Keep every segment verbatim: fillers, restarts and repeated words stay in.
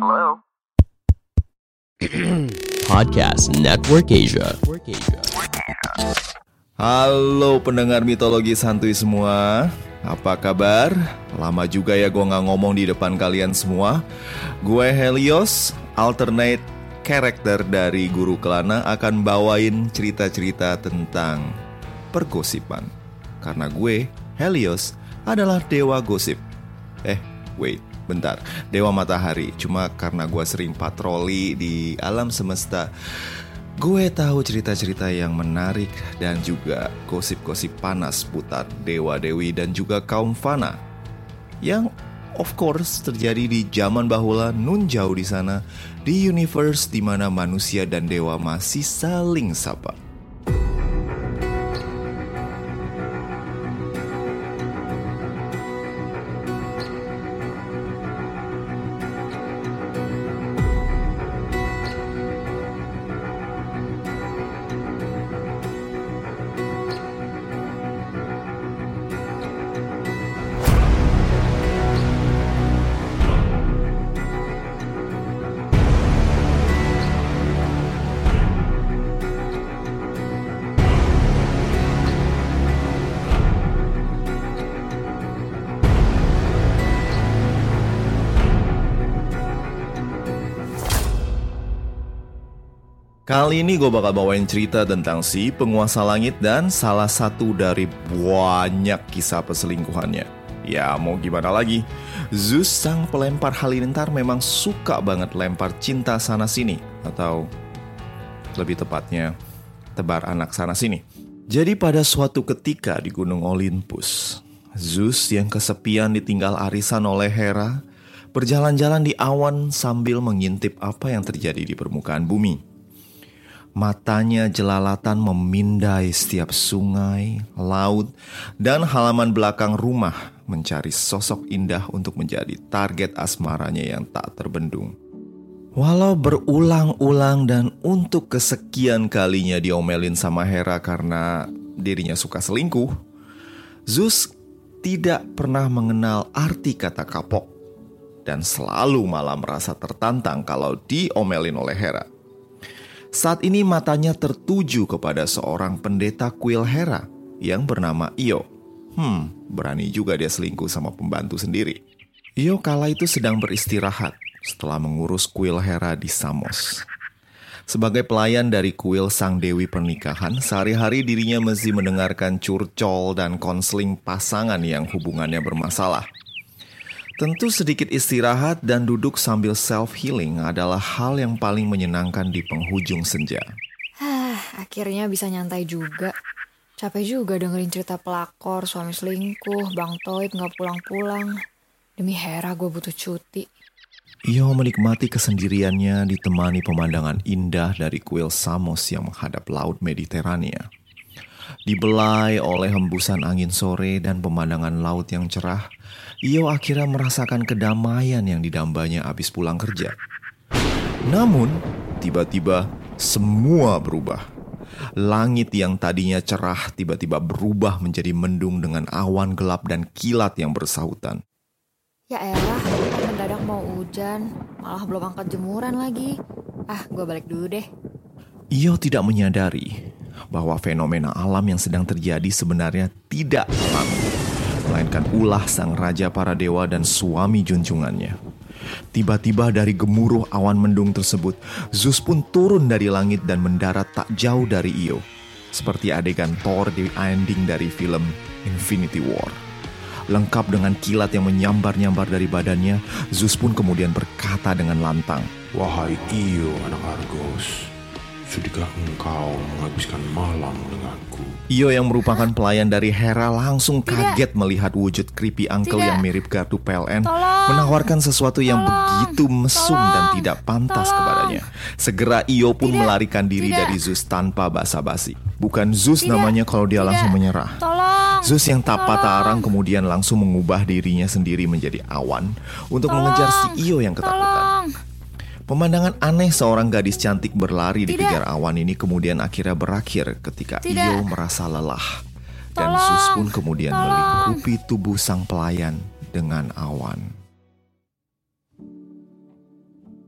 Podcast Network Asia. Halo pendengar mitologi santuy semua, apa kabar? Lama juga ya gue gak ngomong di depan kalian semua. Gue Helios, alternate karakter dari Guru Kelana, akan bawain cerita-cerita tentang pergosipan. Karena gue, Helios, adalah dewa gosip. Eh, wait, bentar, dewa matahari. Cuma karena gue sering patroli di alam semesta, gue tahu cerita-cerita yang menarik dan juga gosip-gosip panas putar dewa-dewi dan juga kaum fana yang of course terjadi di zaman bahula nun jauh di sana, di universe di mana manusia dan dewa masih saling sapa. Kali ini gue bakal bawain cerita tentang si penguasa langit dan salah satu dari banyak kisah perselingkuhannya. Ya mau gimana lagi, Zeus sang pelempar halilintar memang suka banget lempar cinta sana-sini, atau lebih tepatnya tebar anak sana-sini. Jadi pada suatu ketika di Gunung Olympus, Zeus yang kesepian ditinggal arisan oleh Hera berjalan-jalan di awan sambil mengintip apa yang terjadi di permukaan bumi. Matanya jelalatan memindai setiap sungai, laut, dan halaman belakang rumah mencari sosok indah untuk menjadi target asmaranya yang tak terbendung. Walau berulang-ulang dan untuk kesekian kalinya diomelin sama Hera karena dirinya suka selingkuh, Zeus tidak pernah mengenal arti kata kapok dan selalu malah merasa tertantang kalau diomelin oleh Hera. Saat ini matanya tertuju kepada seorang pendeta kuil Hera yang bernama Io. Hmm, berani juga dia selingkuh sama pembantu sendiri. Io kala itu sedang beristirahat setelah mengurus kuil Hera di Samos. Sebagai pelayan dari kuil sang dewi pernikahan, sehari-hari dirinya mesti mendengarkan curcol dan konseling pasangan yang hubungannya bermasalah. Tentu sedikit istirahat dan duduk sambil self-healing adalah hal yang paling menyenangkan di penghujung senja. Hah, akhirnya bisa nyantai juga. Capek juga dengerin cerita pelakor, suami selingkuh, Bang Toib gak pulang-pulang. Demi Hera gue butuh cuti. Io menikmati kesendiriannya ditemani pemandangan indah dari kuil Samos yang menghadap laut Mediterania. Dibelai oleh hembusan angin sore dan pemandangan laut yang cerah, Io akhirnya merasakan kedamaian yang didambanya abis pulang kerja. Namun, tiba-tiba semua berubah. Langit yang tadinya cerah tiba-tiba berubah menjadi mendung dengan awan gelap dan kilat yang bersahutan. Ya elah, mendadak mau hujan, malah belum angkat jemuran lagi. Ah, gue balik dulu deh. Io tidak menyadari bahwa fenomena alam yang sedang terjadi sebenarnya tidak alami, melainkan ulah sang raja para dewa dan suami junjungannya. Tiba-tiba dari gemuruh awan mendung tersebut, Zeus pun turun dari langit dan mendarat tak jauh dari Io, seperti adegan Thor di ending dari film Infinity War. Lengkap dengan kilat yang menyambar-nyambar dari badannya, Zeus pun kemudian berkata dengan lantang, "Wahai Io, anak Argos, sudahkah engkau menghabiskan malam denganku?" Io yang merupakan pelayan dari Hera langsung kaget melihat wujud creepy uncle Tidak. yang mirip Gardu P L N Tolong. menawarkan sesuatu yang Tolong. begitu mesum Tolong. dan tidak pantas Tolong. kepadanya. Segera Io pun Tidak. melarikan diri Tidak. dari Zeus tanpa basa-basi. Bukan Zeus Tidak. namanya kalau dia Tidak. langsung menyerah. Tolong. Zeus yang tak patah Tolong. arang kemudian langsung mengubah dirinya sendiri menjadi awan untuk Tolong. mengejar si Io yang ketakutan. Tolong. Pemandangan aneh seorang gadis cantik berlari Tidak. dikejar awan ini kemudian akhirnya berakhir ketika Tidak. Io merasa lelah. Dan Tolong. Zeus pun kemudian Tolong. melingkupi tubuh sang pelayan dengan awan.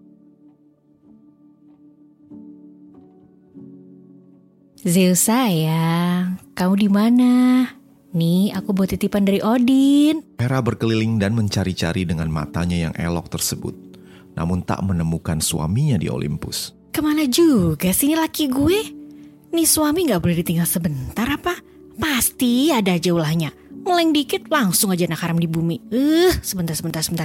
Zeus sayang, kamu di mana? Nih, aku buat titipan dari Odin. Hera berkeliling dan mencari-cari dengan matanya yang elok tersebut, namun tak menemukan suaminya di Olympus. Kemana juga sih ini laki gue? Nih suami gak boleh ditinggal sebentar apa? Pasti ada aja ulahnya. Meleng dikit langsung aja nak haram di bumi. Eh, uh, sebentar, sebentar, sebentar.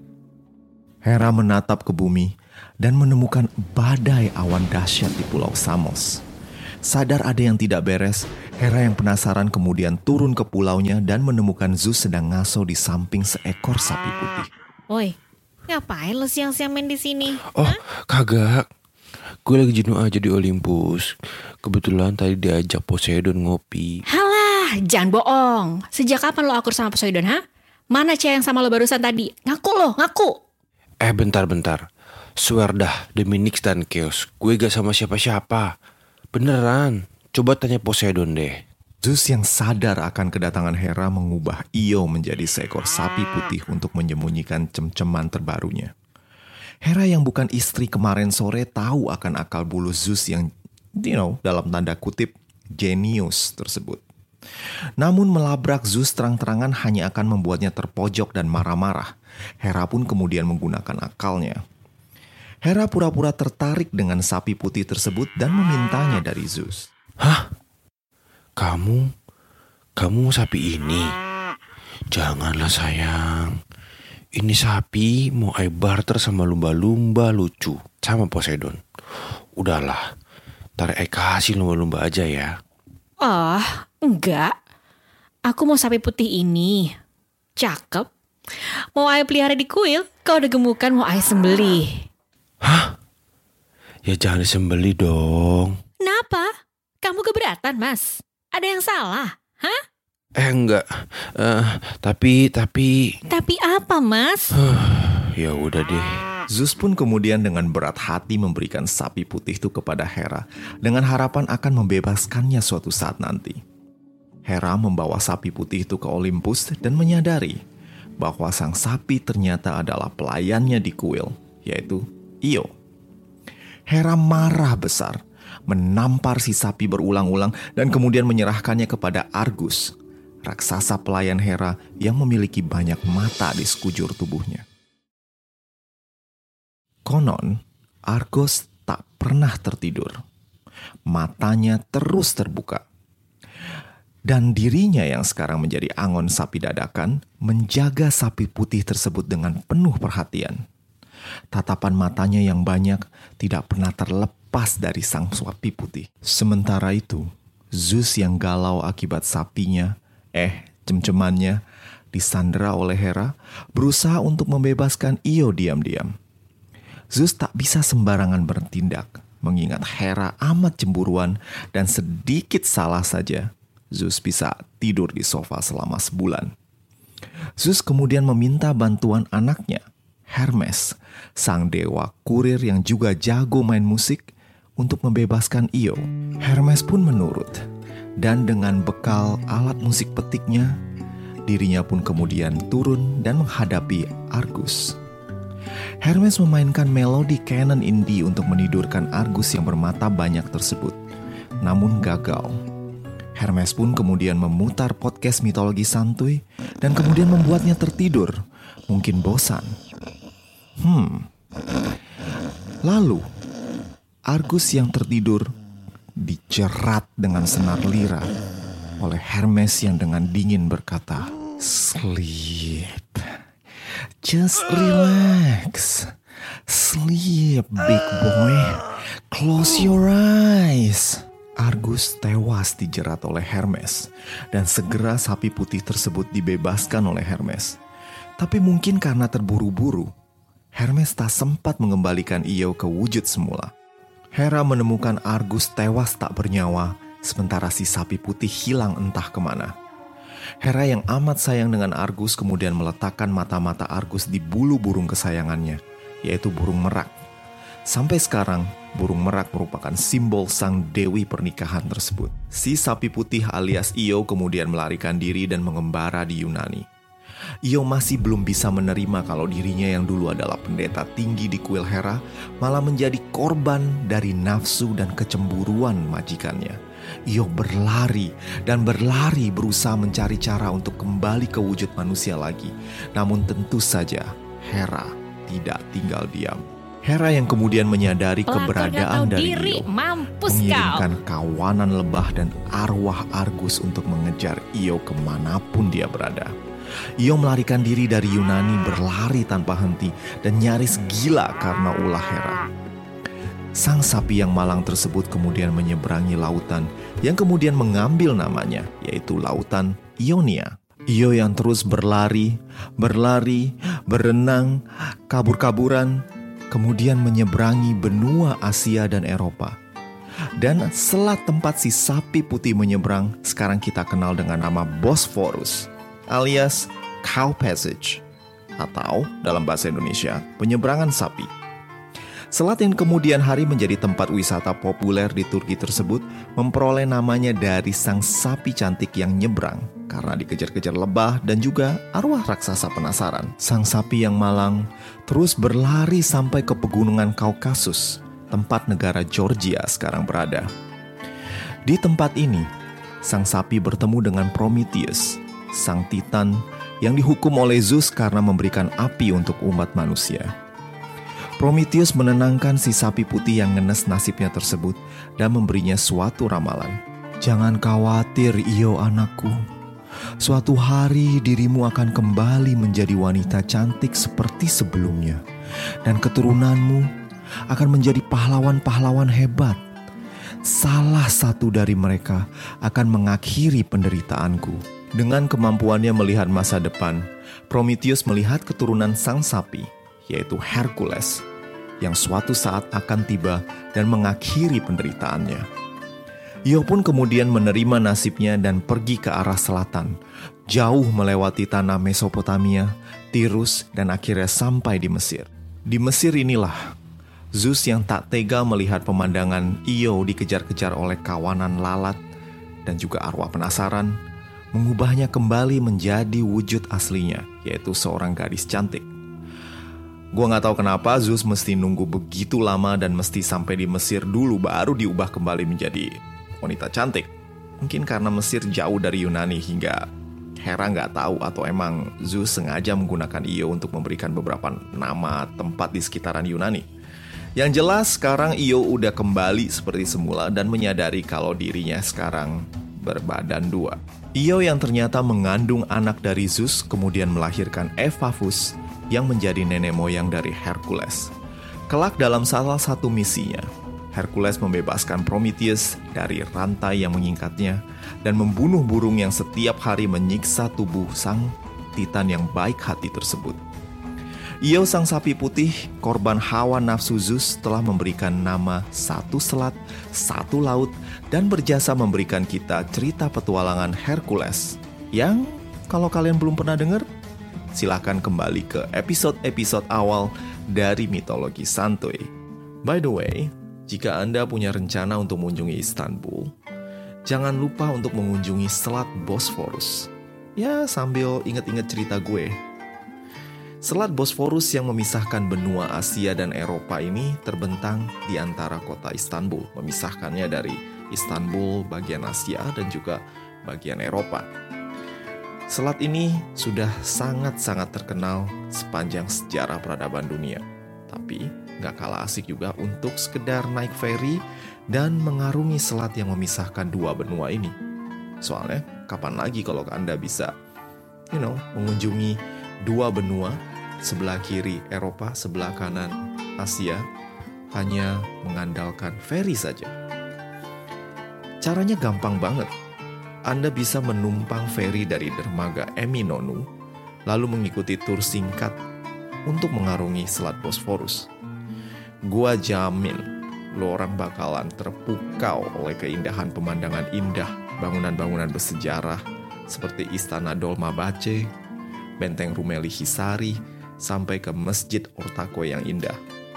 Hera menatap ke bumi dan menemukan badai awan dahsyat di Pulau Samos. Sadar ada yang tidak beres, Hera yang penasaran kemudian turun ke pulaunya dan menemukan Zeus sedang ngaso di samping seekor sapi putih. Woi, ngapain lo siang-siang main di sini? Oh, Hah? kagak. Gue lagi jenuh aja di Olympus. Kebetulan tadi diajak Poseidon ngopi. Halah, jangan bohong. Sejak kapan lo akur sama Poseidon, ha? Mana cewek yang sama lo barusan tadi? Ngaku lo, ngaku. Eh, bentar-bentar. Swear dah, demi Nyx dan Chaos, gue gak sama siapa-siapa. Beneran, coba tanya Poseidon deh. Zeus yang sadar akan kedatangan Hera mengubah Io menjadi seekor sapi putih untuk menyembunyikan cem-ceman terbarunya. Hera yang bukan istri kemarin sore tahu akan akal bulu Zeus yang, you know, dalam tanda kutip, jenius tersebut. Namun melabrak Zeus terang-terangan hanya akan membuatnya terpojok dan marah-marah. Hera pun kemudian menggunakan akalnya. Hera pura-pura tertarik dengan sapi putih tersebut dan memintanya dari Zeus. Hah? Kamu? Kamu sapi ini? Janganlah sayang. Ini sapi mau I barter sama lumba-lumba lucu sama Poseidon. Udahlah, ntar I kasih lumba-lumba aja ya. Oh, enggak. Aku mau sapi putih ini. Cakep. Mau I pelihara di kuil, kalau udah gemukan mau I sembelih. Hah? Ya jangan disembeli dong. Kenapa? Kamu keberatan, Mas? Ada yang salah? Hah? Eh enggak. Uh, tapi tapi Tapi apa, Mas? ya udah deh. Zeus pun kemudian dengan berat hati memberikan sapi putih itu kepada Hera dengan harapan akan membebaskannya suatu saat nanti. Hera membawa sapi putih itu ke Olympus dan menyadari bahwa sang sapi ternyata adalah pelayannya di kuil, yaitu Io. Hera marah besar, menampar si sapi berulang-ulang dan kemudian menyerahkannya kepada Argus, raksasa pelayan Hera yang memiliki banyak mata di sekujur tubuhnya. Konon, Argos tak pernah tertidur. Matanya terus terbuka. Dan dirinya yang sekarang menjadi angon sapi dadakan menjaga sapi putih tersebut dengan penuh perhatian. Tatapan matanya yang banyak tidak pernah terlepas dari sang sapi putih. Sementara itu, Zeus yang galau akibat sapinya, eh cem-cemannya, disandera oleh Hera, berusaha untuk membebaskan Io diam-diam. Zeus tak bisa sembarangan bertindak, mengingat Hera amat cemburuan dan sedikit salah saja, Zeus bisa tidur di sofa selama sebulan. Zeus kemudian meminta bantuan anaknya, Hermes, sang dewa kurir yang juga jago main musik, untuk membebaskan Io. Hermes pun menurut, dan dengan bekal alat musik petiknya, dirinya pun kemudian turun dan menghadapi Argus. Hermes memainkan melodi canon indie untuk menidurkan Argus yang bermata banyak tersebut, namun gagal. Hermes pun kemudian memutar podcast mitologi santuy dan kemudian membuatnya tertidur, mungkin bosan. Hmm. Lalu, Argus yang tertidur dijerat dengan senar lira oleh Hermes yang dengan dingin berkata, "Sleep. Just relax. Sleep, big boy. Close your eyes." Argus tewas dijerat oleh Hermes dan segera sapi putih tersebut dibebaskan oleh Hermes. Tapi mungkin karena terburu-buru, Hermes tak sempat mengembalikan Io ke wujud semula. Hera menemukan Argus tewas tak bernyawa, sementara si sapi putih hilang entah kemana. Hera yang amat sayang dengan Argus kemudian meletakkan mata-mata Argus di bulu burung kesayangannya, yaitu burung merak. Sampai sekarang, burung merak merupakan simbol sang dewi pernikahan tersebut. Si sapi putih alias Io kemudian melarikan diri dan mengembara di Yunani. Io masih belum bisa menerima kalau dirinya yang dulu adalah pendeta tinggi di kuil Hera malah menjadi korban dari nafsu dan kecemburuan majikannya. Io berlari dan berlari berusaha mencari cara untuk kembali ke wujud manusia lagi. Namun tentu saja Hera tidak tinggal diam. Hera yang kemudian menyadari Pelakor keberadaan gak tahu dari diri, Io mampus mengirimkan kawanan lebah dan arwah Argus untuk mengejar Io kemanapun dia berada. Io melarikan diri dari Yunani, berlari tanpa henti dan nyaris gila karena ulah Hera. Sang sapi yang malang tersebut kemudian menyeberangi lautan yang kemudian mengambil namanya, yaitu Lautan Ionia. Io yang terus berlari, berlari, berenang, kabur-kaburan, kemudian menyeberangi benua Asia dan Eropa. Dan selat tempat si sapi putih menyeberang sekarang kita kenal dengan nama Bosphorus alias Cow Passage atau dalam bahasa Indonesia penyeberangan sapi. Selat yang kemudian hari menjadi tempat wisata populer di Turki tersebut memperoleh namanya dari sang sapi cantik yang nyebrang karena dikejar-kejar lebah dan juga arwah raksasa penasaran. Sang sapi yang malang terus berlari sampai ke pegunungan Kaukasus, tempat negara Georgia sekarang berada. Di tempat ini, sang sapi bertemu dengan Prometheus, sang Titan yang dihukum oleh Zeus karena memberikan api untuk umat manusia. Prometheus menenangkan si sapi putih yang ngenes nasibnya tersebut dan memberinya suatu ramalan. Jangan khawatir Io anakku. Suatu hari dirimu akan kembali menjadi wanita cantik seperti sebelumnya. Dan keturunanmu akan menjadi pahlawan-pahlawan hebat. Salah satu dari mereka akan mengakhiri penderitaanku. Dengan kemampuannya melihat masa depan, Prometheus melihat keturunan sang sapi, yaitu Hercules, yang suatu saat akan tiba dan mengakhiri penderitaannya. Io pun kemudian menerima nasibnya dan pergi ke arah selatan, jauh melewati tanah Mesopotamia, Tirus, dan akhirnya sampai di Mesir. Di Mesir inilah Zeus yang tak tega melihat pemandangan Io dikejar-kejar oleh kawanan lalat dan juga arwah penasaran, mengubahnya kembali menjadi wujud aslinya, yaitu seorang gadis cantik. Gue gak tahu kenapa Zeus mesti nunggu begitu lama dan mesti sampai di Mesir dulu baru diubah kembali menjadi wanita cantik. Mungkin karena Mesir jauh dari Yunani hingga Hera gak tahu atau emang Zeus sengaja menggunakan Io untuk memberikan beberapa nama tempat di sekitaran Yunani. Yang jelas sekarang Io udah kembali seperti semula dan menyadari kalau dirinya sekarang berbadan dua. Io yang ternyata mengandung anak dari Zeus kemudian melahirkan Epaphus yang menjadi nenek moyang dari Hercules. Kelak dalam salah satu misinya, Hercules membebaskan Prometheus dari rantai yang mengikatnya dan membunuh burung yang setiap hari menyiksa tubuh sang Titan yang baik hati tersebut. Io sang sapi putih, korban hawa nafsu Zeus, telah memberikan nama satu selat, satu laut, dan berjasa memberikan kita cerita petualangan Hercules. Yang kalau kalian belum pernah dengar, silahkan kembali ke episode-episode awal dari mitologi santuy. By the way, jika Anda punya rencana untuk mengunjungi Istanbul, jangan lupa untuk mengunjungi Selat Bosphorus. Ya, sambil ingat-ingat cerita gue. Selat Bosphorus yang memisahkan benua Asia dan Eropa ini terbentang di antara kota Istanbul, memisahkannya dari Istanbul bagian Asia dan juga bagian Eropa. Selat ini sudah sangat-sangat terkenal sepanjang sejarah peradaban dunia. Tapi gak kalah asik juga untuk sekedar naik feri dan mengarungi selat yang memisahkan dua benua ini. Soalnya kapan lagi kalau Anda bisa, you know, mengunjungi dua benua, sebelah kiri Eropa, sebelah kanan Asia, hanya mengandalkan feri saja. Caranya gampang banget. Anda bisa menumpang feri dari dermaga Eminonu, lalu mengikuti tur singkat untuk mengarungi Selat Bosphorus. Gua jamin, lo orang bakalan terpukau oleh keindahan pemandangan indah, bangunan-bangunan bersejarah seperti Istana Dolmabahce, Benteng Rumeli Hisari, sampai ke Masjid Ortaköy yang indah.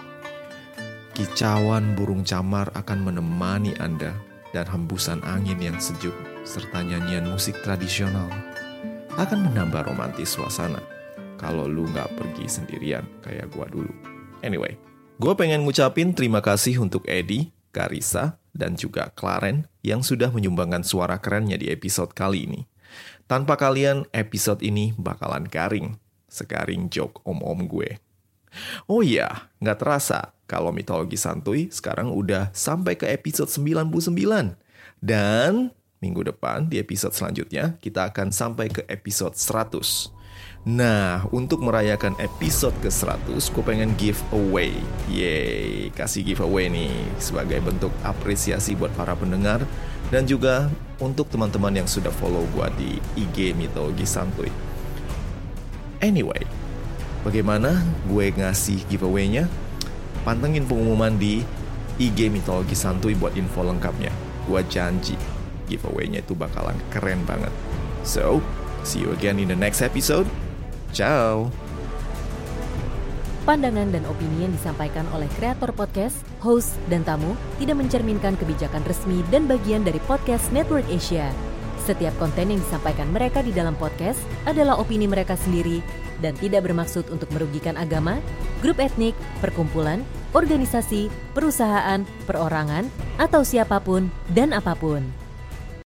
Kicauan burung camar akan menemani Anda dan hembusan angin yang sejuk serta nyanyian musik tradisional. akan menambah romantis suasana. Kalau lu nggak pergi sendirian kayak gua dulu. Anyway, gua pengen ngucapin terima kasih untuk Edi, Karissa, dan juga Claren yang sudah menyumbangkan suara kerennya di episode kali ini. Tanpa kalian, episode ini bakalan garing. Segaring joke om-om gue. Oh iya, nggak terasa kalau Mitologi Santuy sekarang udah sampai ke episode sembilan puluh sembilan. Dan minggu depan di episode selanjutnya kita akan sampai ke episode seratus. Nah, untuk merayakan episode ke seratus, gue pengen giveaway. Yeay, kasih giveaway nih sebagai bentuk apresiasi buat para pendengar dan juga untuk teman-teman yang sudah follow gue di I G Mitologi Santuy. Anyway, bagaimana gue ngasih giveaway-nya? Pantengin pengumuman di I G Mitologi Santuy buat info lengkapnya. Gue janji giveaway-nya itu bakalan keren banget. So, see you again in the next episode. Ciao. Pandangan dan opini yang disampaikan oleh kreator podcast, host, dan tamu tidak mencerminkan kebijakan resmi dan bagian dari Podcast Network Asia. Setiap konten yang disampaikan mereka di dalam podcast adalah opini mereka sendiri dan tidak bermaksud untuk merugikan agama, grup etnik, perkumpulan, organisasi, perusahaan, perorangan, atau siapapun dan apapun.